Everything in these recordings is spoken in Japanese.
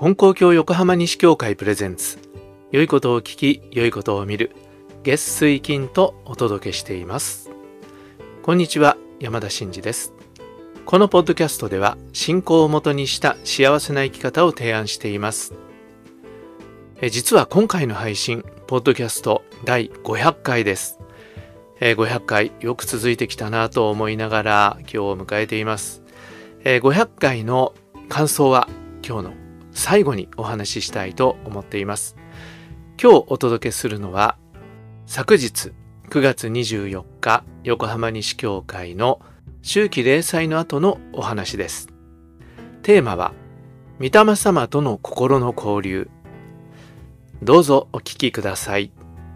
金光教横浜西教会プレゼンツ、良いことを聞き良いことを見る、月水金とお届けしています。こんにちは、山田真嗣です。このポッドキャストでは信仰をもとにした幸せな生き方を提案しています。実は今回の配信ポッドキャスト第500回です。500回よく続いてきたなと思いながら今日を迎えています。500回の感想は今日の最後にお話ししたいと思っています。今日お届けするのは昨日9月24日横浜西教会の秋季例祭の後のお話です。テーマは御霊様との心の交流。どうぞお聞きください。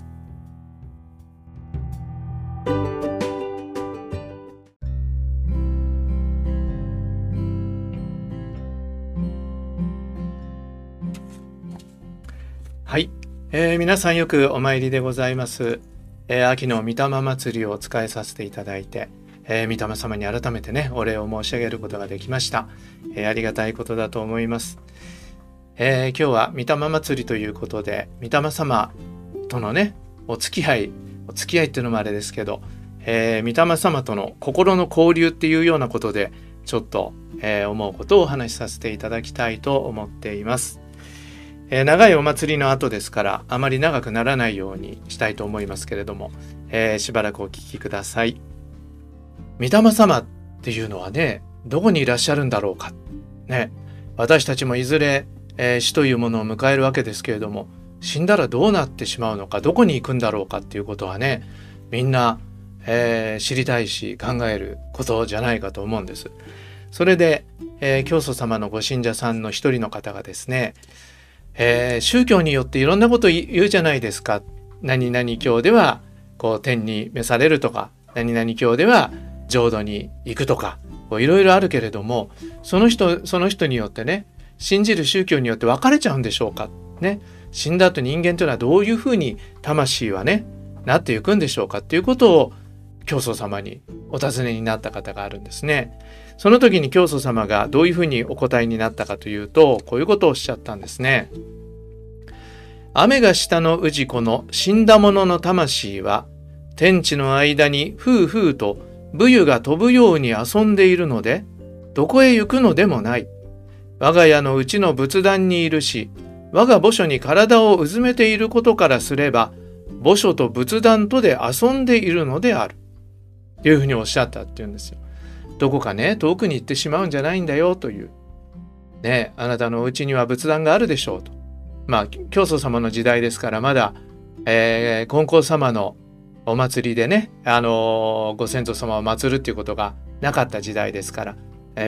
はい、皆さんよくお参りでございます。秋の御霊祭りを使いさせていただいて、御霊様に改めてねお礼を申し上げることができました。ありがたいことだと思います。今日は御霊祭りということで御霊様とのねお付き合いっていうのもあれですけど、御霊様との心の交流っていうようなことでちょっと、思うことをお話しさせていただきたいと思っています。長いお祭りの後ですからあまり長くならないようにしたいと思いますけれども、しばらくお聞きください。御霊様っていうのはねどこにいらっしゃるんだろうかね。私たちもいずれ、死というものを迎えるわけですけれども、死んだらどうなってしまうのか、どこに行くんだろうかっていうことはねみんな、知りたいし考えることじゃないかと思うんです。それで、教祖様のご信者さんの一人の方がですね、宗教によっていろんなことを言うじゃないですか。何々教ではこう天に召されるとか、何々教では浄土に行くとか、いろいろあるけれども、その人によってね、信じる宗教によって分かれちゃうんでしょうかね。死んだ後人間というのはどういうふうに魂はねなっていくんでしょうかっていうことを教祖様にお尋ねになった方があるんですね。その時に教祖様がどういうふうにお答えになったかというと、こういうことをおっしゃったんですね。雨が下の氏子の死んだ者の魂は天地の間にふうふうと武勇が飛ぶように遊んでいるので、どこへ行くのでもない。我が家のうちの仏壇にいるし、我が墓所に体をうずめていることからすれば、墓所と仏壇とで遊んでいるのである。というふうにおっしゃったっていうんですよ。どこかね遠くに行ってしまうんじゃないんだよという。ね、あなたのうちには仏壇があるでしょうと。教祖様の時代ですからまだ、金光様のお祭りでね、ご先祖様を祀るっていうことがなかった時代ですから、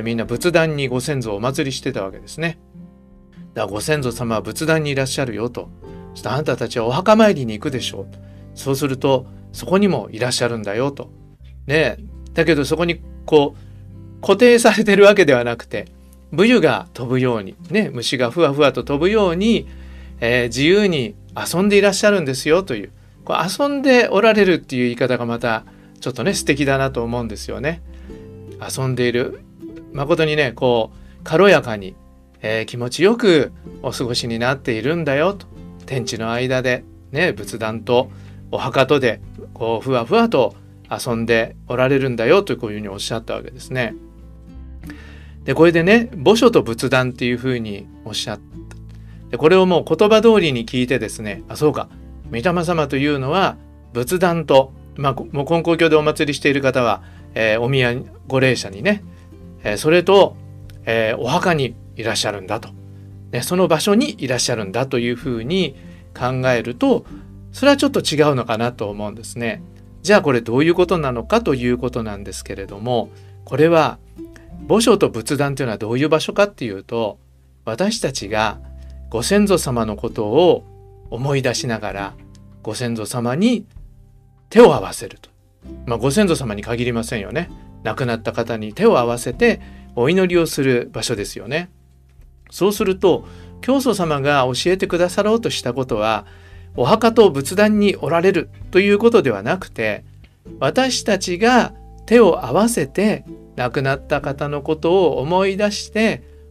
みんな仏壇にご先祖をお祭りしてたわけですね。だからご先祖様は仏壇にいらっしゃるよと。そしてあなたたちはお墓参りに行くでしょうと。そうするとそこにもいらっしゃるんだよと。ね、だけどそこにこう固定されてるわけではなくて、武勇が飛ぶようにね、虫がふわふわと飛ぶように、自由に遊んでいらっしゃるんですよという、こう遊んでおられるっていう言い方がまたちょっとね素敵だなと思うんですよね。遊んでいる、誠にねこう軽やかに、気持ちよくお過ごしになっているんだよと。天地の間でね仏壇とお墓とでこうふわふわと遊んでおられるんだよとこういうふうにおっしゃったわけですね。でこれでね墓所と仏壇っていうふうにおっしゃった。でこれをもう言葉通りに聞いてですね、そうか、御霊様というのは仏壇と、もう金光教でお祭りしている方は、お宮ご霊者にね、それと、お墓にいらっしゃるんだと、ね、その場所にいらっしゃるんだというふうに考えると、それはちょっと違うのかなと思うんですね。じゃあこれどういうことなのかということなんですけれども、これは墓所と仏壇というのはどういう場所かっていうと、私たちがご先祖様のことを思い出しながらご先祖様に手を合わせると、ご先祖様に限りませんよね。亡くなった方に手を合わせてお祈りをする場所ですよね。そうすると教祖様が教えてくださろうとしたことはお墓と仏壇におられるということではなくて、私たちが手を合わせて亡くなった方のことを思い出して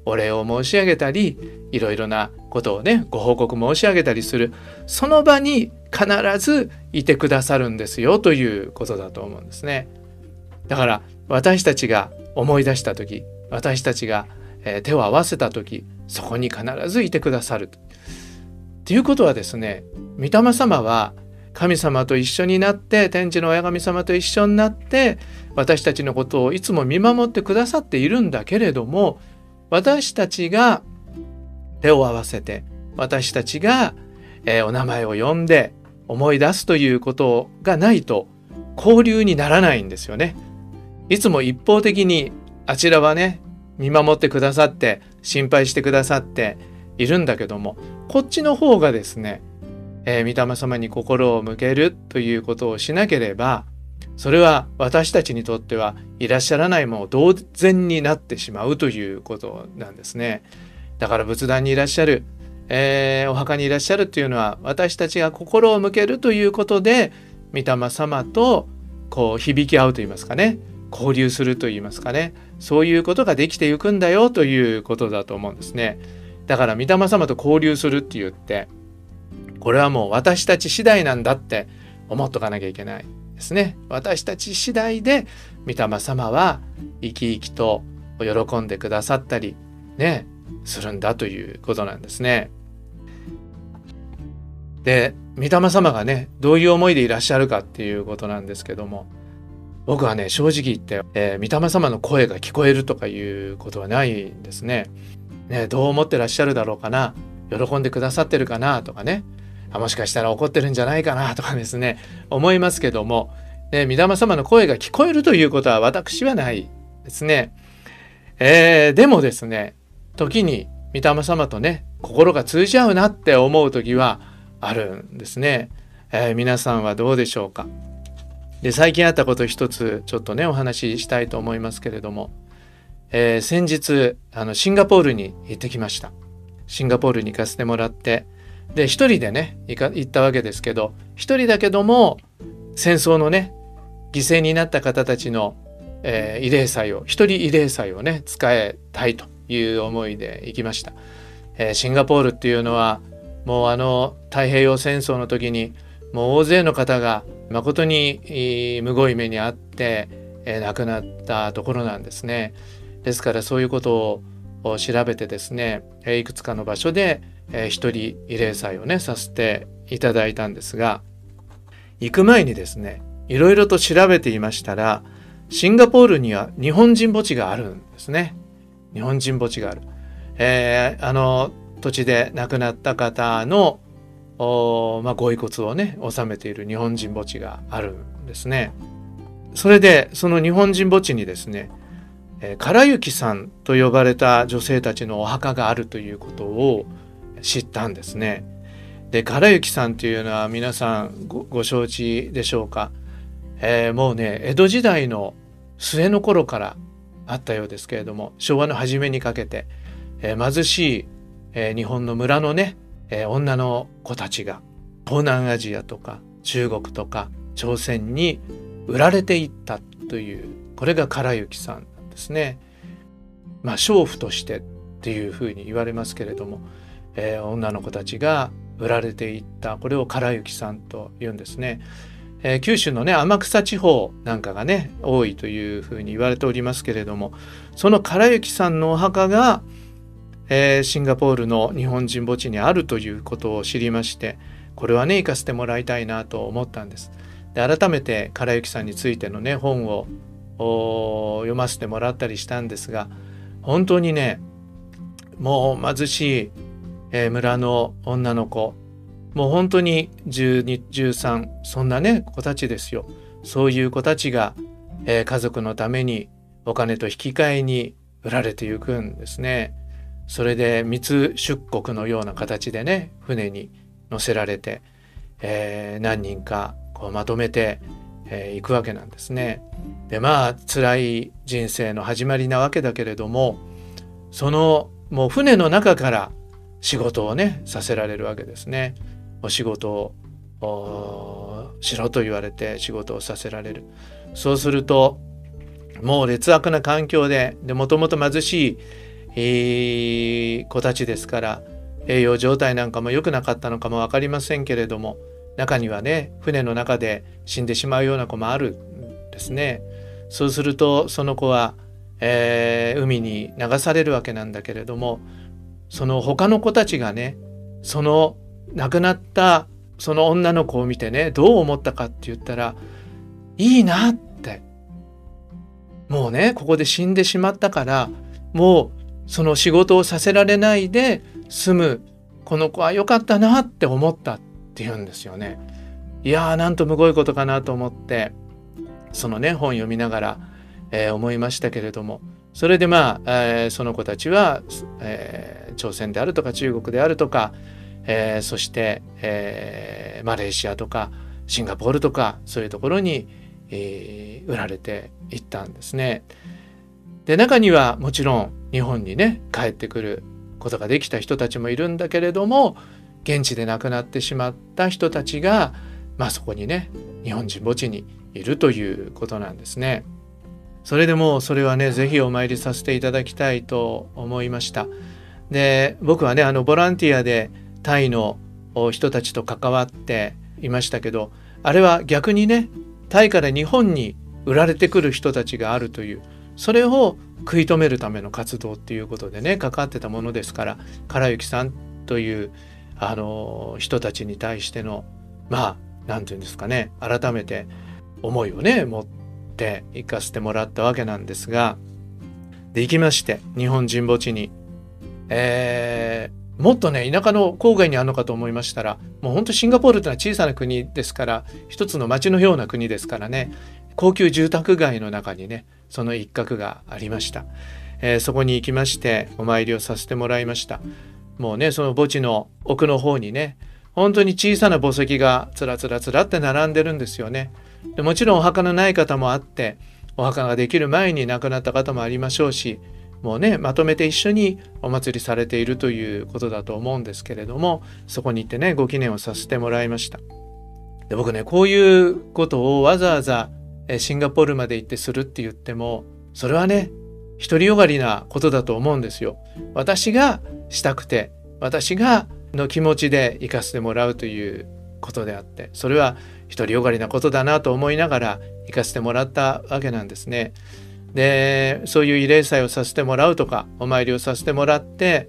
お礼を申し上げたり、いろいろなことをねご報告申し上げたりする、その場に必ずいてくださるんですよということだと思うんですね。だから私たちが思い出した時、私たちが手を合わせた時、そこに必ずいてくださるっていうことはですね、御霊様は神様と一緒になって、天地の親神様と一緒になって私たちのことをいつも見守ってくださっているんだけれども、私たちが手を合わせて、私たちがお名前を呼んで思い出すということがないと交流にならないんですよね。いつも一方的にあちらはね見守ってくださって心配してくださっているんだけども、こっちの方がですね、御霊様に心を向けるということをしなければ、それは私たちにとってはいらっしゃらないも同然になってしまうということなんですね。だから仏壇にいらっしゃる、お墓にいらっしゃるというのは、私たちが心を向けるということで御霊様とこう響き合うといいますかね、交流するといいますかね、そういうことができていくんだよということだと思うんですね。だから御霊様と交流するって言って、これはもう私たち次第なんだって思っとかなきゃいけないですね。私たち次第で御霊様は生き生きと喜んでくださったりねするんだということなんですね。で、御霊様がねどういう思いでいらっしゃるかっていうことなんですけども、僕はね正直言って、御霊様の声が聞こえるとかいうことはないんですね。どう思ってらっしゃるだろうかな、喜んでくださってるかなとかね、もしかしたら怒ってるんじゃないかなとかですね思いますけども、御霊様の声が聞こえるということは私はないですね。でもですね、時に御霊様とね心が通じ合うなって思う時はあるんですね。皆さんはどうでしょうか。で、最近あったこと一つちょっとねお話ししたいと思いますけれども、先日シンガポールに行ってきました。シンガポールに行かせてもらって、で一人でね行ったわけですけど、一人だけども戦争のね犠牲になった方たちの、慰霊祭を、一人慰霊祭をね使いたいという思いで行きました。シンガポールっていうのはもう太平洋戦争の時にもう大勢の方が誠にむごい目にあって、亡くなったところなんですね。ですからそういうことを調べてですね、いくつかの場所で一人慰霊祭をねさせていただいたんですが、行く前にですねいろいろと調べていましたら、シンガポールには日本人墓地があるんですね。日本人墓地がある、土地で亡くなった方のご遺骨をね納めている日本人墓地があるんですね。それでその日本人墓地にですね、唐雪さんと呼ばれた女性たちのお墓があるということを知ったんですね。で、唐雪さんというのは皆さんご承知でしょうか。もうね江戸時代の末の頃からあったようですけれども、昭和の初めにかけて、貧しい、日本の村のね、女の子たちが東南アジアとか中国とか朝鮮に売られていったという、これが唐雪さんなんですね。娼婦としてっていうふうに言われますけれども、女の子たちが売られていった、これを唐雪さんと言うんですね。九州のね天草地方なんかがね多いというふうに言われておりますけれども、その唐雪さんのお墓が、シンガポールの日本人墓地にあるということを知りまして、これはね行かせてもらいたいなと思ったんです。で、改めて唐雪さんについてのね本を読ませてもらったりしたんですが、本当にねもう貧しい、村の女の子、もう本当に12、13、そんなね子たちですよ。そういう子たちが、家族のためにお金と引き換えに売られていくんですね。それで密出国のような形でね船に乗せられて、何人かこうまとめて行くわけなんですね。で、辛い人生の始まりなわけだけれども、そのもう船の中から仕事をねさせられるわけですね。お仕事をしろと言われて仕事をさせられる。そうするともう劣悪な環境でもともと貧しい、 子たちですから、栄養状態なんかも良くなかったのかも分かりませんけれども、中にはね、船の中で死んでしまうような子もあるんですね。そうするとその子は、海に流されるわけなんだけれども、その他の子たちがね、その亡くなったその女の子を見てね、どう思ったかって言ったら、いいなって、もうねここで死んでしまったから、もうその仕事をさせられないで済むこの子は良かったなって思ったって言うんですよね。いやー、なんとむごいことかなと思って、そのね本読みながら、思いましたけれども、それでその子たちは、朝鮮であるとか中国であるとか、そして、マレーシアとかシンガポールとか、そういうところに、売られていったんですね。で、中にはもちろん日本にね帰ってくることができた人たちもいるんだけれども、現地で亡くなってしまった人たちが、そこにね日本人墓地にいるということなんですね。それでもそれはね、ぜひお参りさせていただきたいと思いました。で、僕はねボランティアでタイの人たちと関わっていましたけど、あれは逆にね、タイから日本に売られてくる人たちがあるという、それを食い止めるための活動っていうことでね関わってたものですから、唐幸さんという人たちに対してのなんていうんですかね、改めて思いをね持って行かせてもらったわけなんですが、で行きまして、日本人墓地に、もっとね田舎の郊外にあるのかと思いましたら、もうほんとシンガポールってのは小さな国ですから、一つの町のような国ですからね、高級住宅街の中にねその一角がありました。そこに行きましてお参りをさせてもらいました。もうねその墓地の奥の方にね、本当に小さな墓石がつらつらつらって並んでるんですよね。でもちろんお墓のない方もあって、お墓ができる前に亡くなった方もありましょうし、もうねまとめて一緒にお祭りされているということだと思うんですけれども、そこに行ってねご記念をさせてもらいました。で、僕ねこういうことをわざわざシンガポールまで行ってするって言っても、それはね独りよがりなことだと思うんですよ。私がしたくて、私がの気持ちで行かせてもらうということであって、それは独りよがりなことだなと思いながら行かせてもらったわけなんですね。で、そういう慰霊祭をさせてもらうとか、お参りをさせてもらって、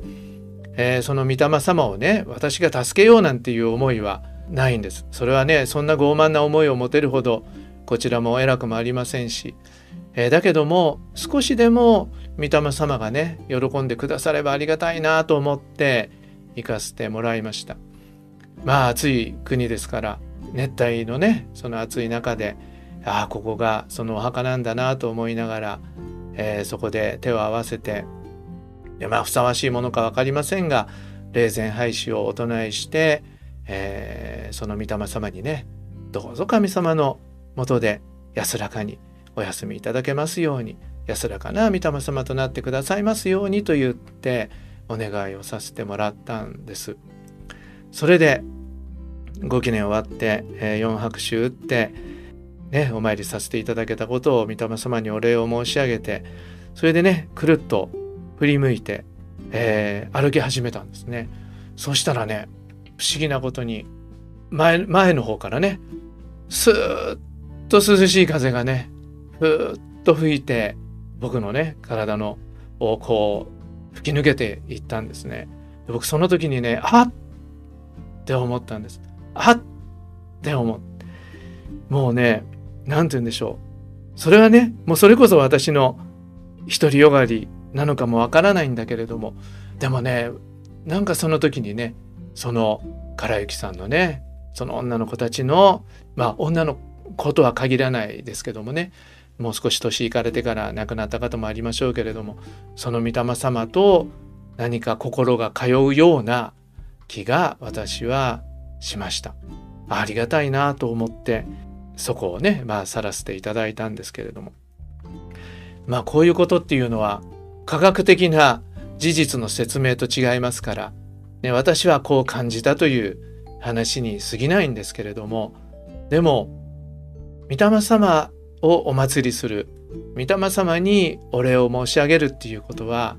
その御霊様をね私が助けようなんていう思いはないんです。それはねそんな傲慢な思いを持てるほどこちらも偉くもありませんし、だけども少しでも御霊様がね喜んでくださればありがたいなと思って行かせてもらいました。暑い国ですから、熱帯のねその暑い中で、ここがそのお墓なんだなと思いながら、そこで手を合わせて、ふさわしいものか分かりませんが霊前廃止をお唱えして、その御霊様にね、どうぞ神様の下で安らかにお休みいただけますように、安らかな御霊様となってくださいますようにと言ってお願いをさせてもらったんです。それでご記念終わって、4拍手打ってねお参りさせていただけたことを御霊様にお礼を申し上げて、それでねくるっと振り向いて、歩き始めたんですね。そしたらね、不思議なことに前の方からねスーッと涼しい風がねふーっと吹いて、僕のね体のをこう吹き抜けていったんですね。で、僕その時にねって思ったんです。って思って、もうねなんて言うんでしょう、それはねもうそれこそ私の独りよがりなのかもわからないんだけれども、でもねなんかその時にね、その唐幸さんのねその女の子たちの女の子とは限らないですけどもね、もう少し年いかれてから亡くなった方もありましょうけれども、その御霊様と何か心が通うような気が私はしました。ありがたいなと思ってそこをね去らせていただいたんですけれども、こういうことっていうのは科学的な事実の説明と違いますから、ね、私はこう感じたという話に過ぎないんですけれども、でも御霊様をお祭りする、御霊様にお礼を申し上げるっていうことは、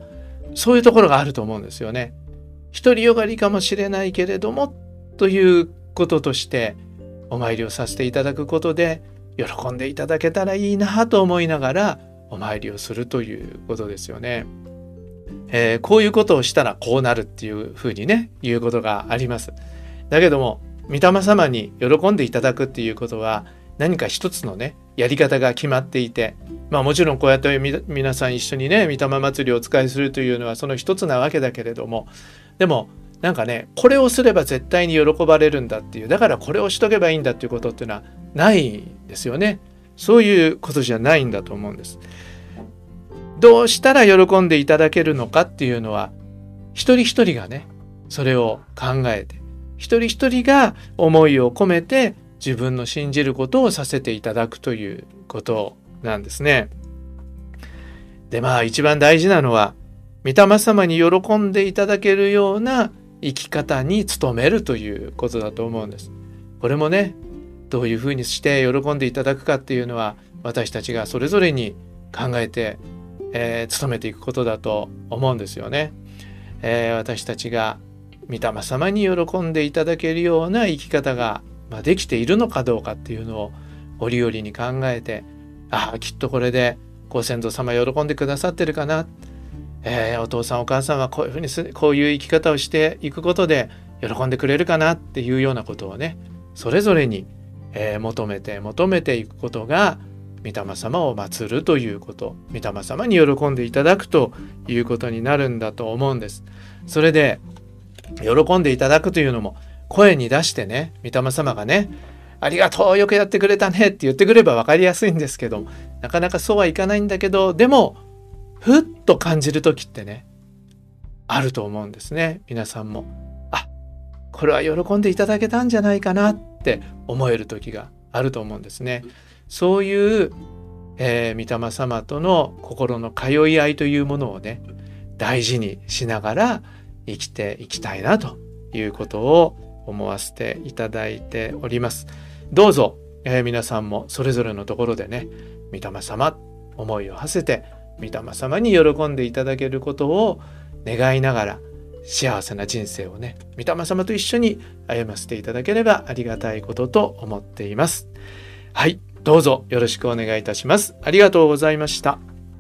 そういうところがあると思うんですよね。独りよがりかもしれないけれどもということとしてお参りをさせていただくことで喜んでいただけたらいいなと思いながらお参りをするということですよね。こういうことをしたらこうなるっていうふうにね言うことがあります。だけども御霊様に喜んでいただくっていうことは何か一つのねやり方が決まっていて、もちろんこうやって皆さん一緒にね御霊祭りをお使いするというのはその一つなわけだけれども、でもなんかねこれをすれば絶対に喜ばれるんだっていう、だからこれをしとけばいいんだっていうことっていうのはないんですよね。そういうことじゃないんだと思うんです。どうしたら喜んでいただけるのかっていうのは一人一人がねそれを考えて、一人一人が思いを込めて自分の信じることをさせていただくということなんですね。で一番大事なのは御霊様に喜んでいただけるような生き方に努めるということだと思うんです。これもねどういうふうにして喜んでいただくかっていうのは私たちがそれぞれに考えて、努めていくことだと思うんですよね。私たちが御霊様に喜んでいただけるような生き方が、できているのかどうかっていうのを折々に考えて、きっとこれでご先祖様喜んでくださってるかな、お父さんお母さんはこういうふうにこういう生き方をしていくことで喜んでくれるかなっていうようなことをねそれぞれに、求めていくことが御霊様を祀るということ、御霊様に喜んでいただくということになるんだと思うんです。それで喜んでいただくというのも声に出してね御霊様がねありがとうよくやってくれたねって言ってくれば分かりやすいんですけど、なかなかそうはいかないんだけど、でもふっと感じる時ってねあると思うんですね。皆さんもこれは喜んでいただけたんじゃないかなって思える時があると思うんですね。そういう、御霊様との心の通い合いというものをね大事にしながら生きていきたいなということを思わせていただいております。どうぞ、皆さんもそれぞれのところでね御霊様思いを馳せて御霊様に喜んでいただけることを願いながら幸せな人生をね御霊様と一緒に歩ませていただければありがたいことと思っています。はい、どうぞよろしくお願いいたします。ありがとうございました。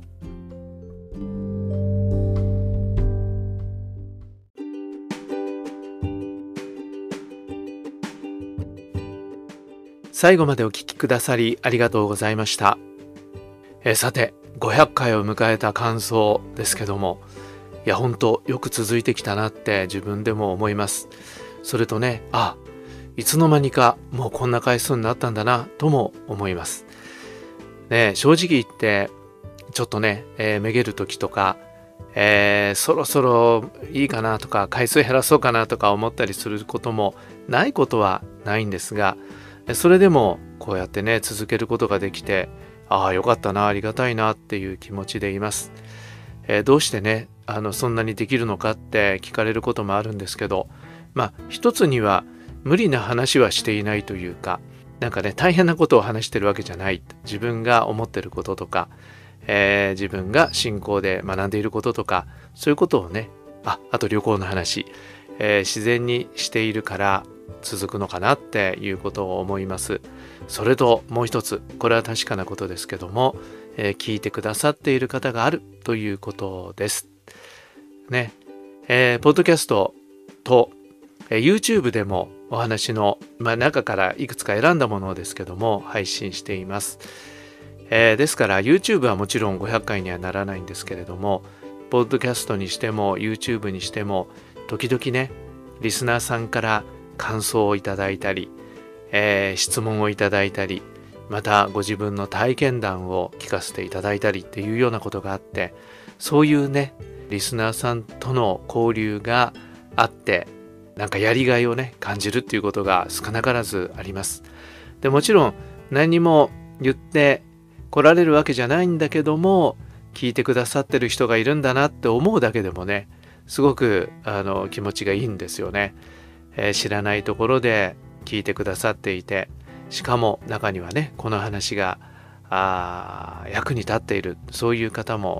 最後までお聞きくださりありがとうございました。さて500回を迎えた感想ですけども、いや本当よく続いてきたなって自分でも思います。それとねいつの間にかもうこんな回数になったんだなとも思います。正直言ってちょっとね、めげる時とか、そろそろいいかなとか回数減らそうかなとか思ったりすることもないことはないんですが、それでもこうやってね続けることができてよかったなありがたいなっていう気持ちでいます。どうしてねそんなにできるのかって聞かれることもあるんですけど、一つには無理な話はしていないというか、なんかね大変なことを話してるわけじゃない、自分が思ってることとか、自分が信仰で学んでいることとかそういうことをねあと旅行の話、自然にしているから続くのかなっていうことを思います。それともう一つ、これは確かなことですけども、聞いてくださっている方があるということですね。ポッドキャストと、YouTube でもお話の、中からいくつか選んだものですけども配信しています。ですから YouTube はもちろん500回にはならないんですけれども、ポッドキャストにしても YouTube にしても時々ねリスナーさんから感想をいただいたり、質問をいただいたり、またご自分の体験談を聞かせていただいたりっていうようなことがあって、そういうねリスナーさんとの交流があってなんかやりがいをね感じるっていうことが少なからずあります。でもちろん何も言って来られるわけじゃないんだけども、聞いてくださってる人がいるんだなって思うだけでもねすごく気持ちがいいんですよね。知らないところで聞いてくださっていて、しかも中にはねこの話が役に立っている、そういう方も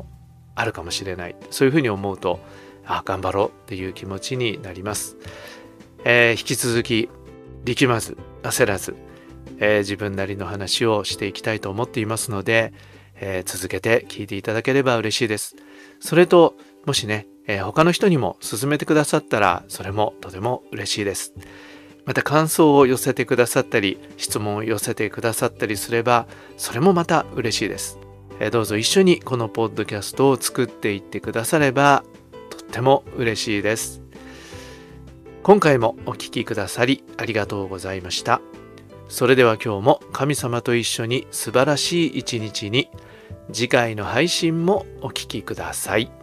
あるかもしれない、そういうふうに思うと頑張ろうっていう気持ちになります。引き続き力まず焦らず、自分なりの話をしていきたいと思っていますので、続けて聞いていただければ嬉しいです。それともしね、他の人にも勧めてくださったらそれもとても嬉しいです。また感想を寄せてくださったり質問を寄せてくださったりすればそれもまた嬉しいです。どうぞ一緒にこのポッドキャストを作っていってくださればとっても嬉しいです。今回もお聞きくださりありがとうございました。それでは今日も神様と一緒に素晴らしい一日に。次回の配信もお聞きください。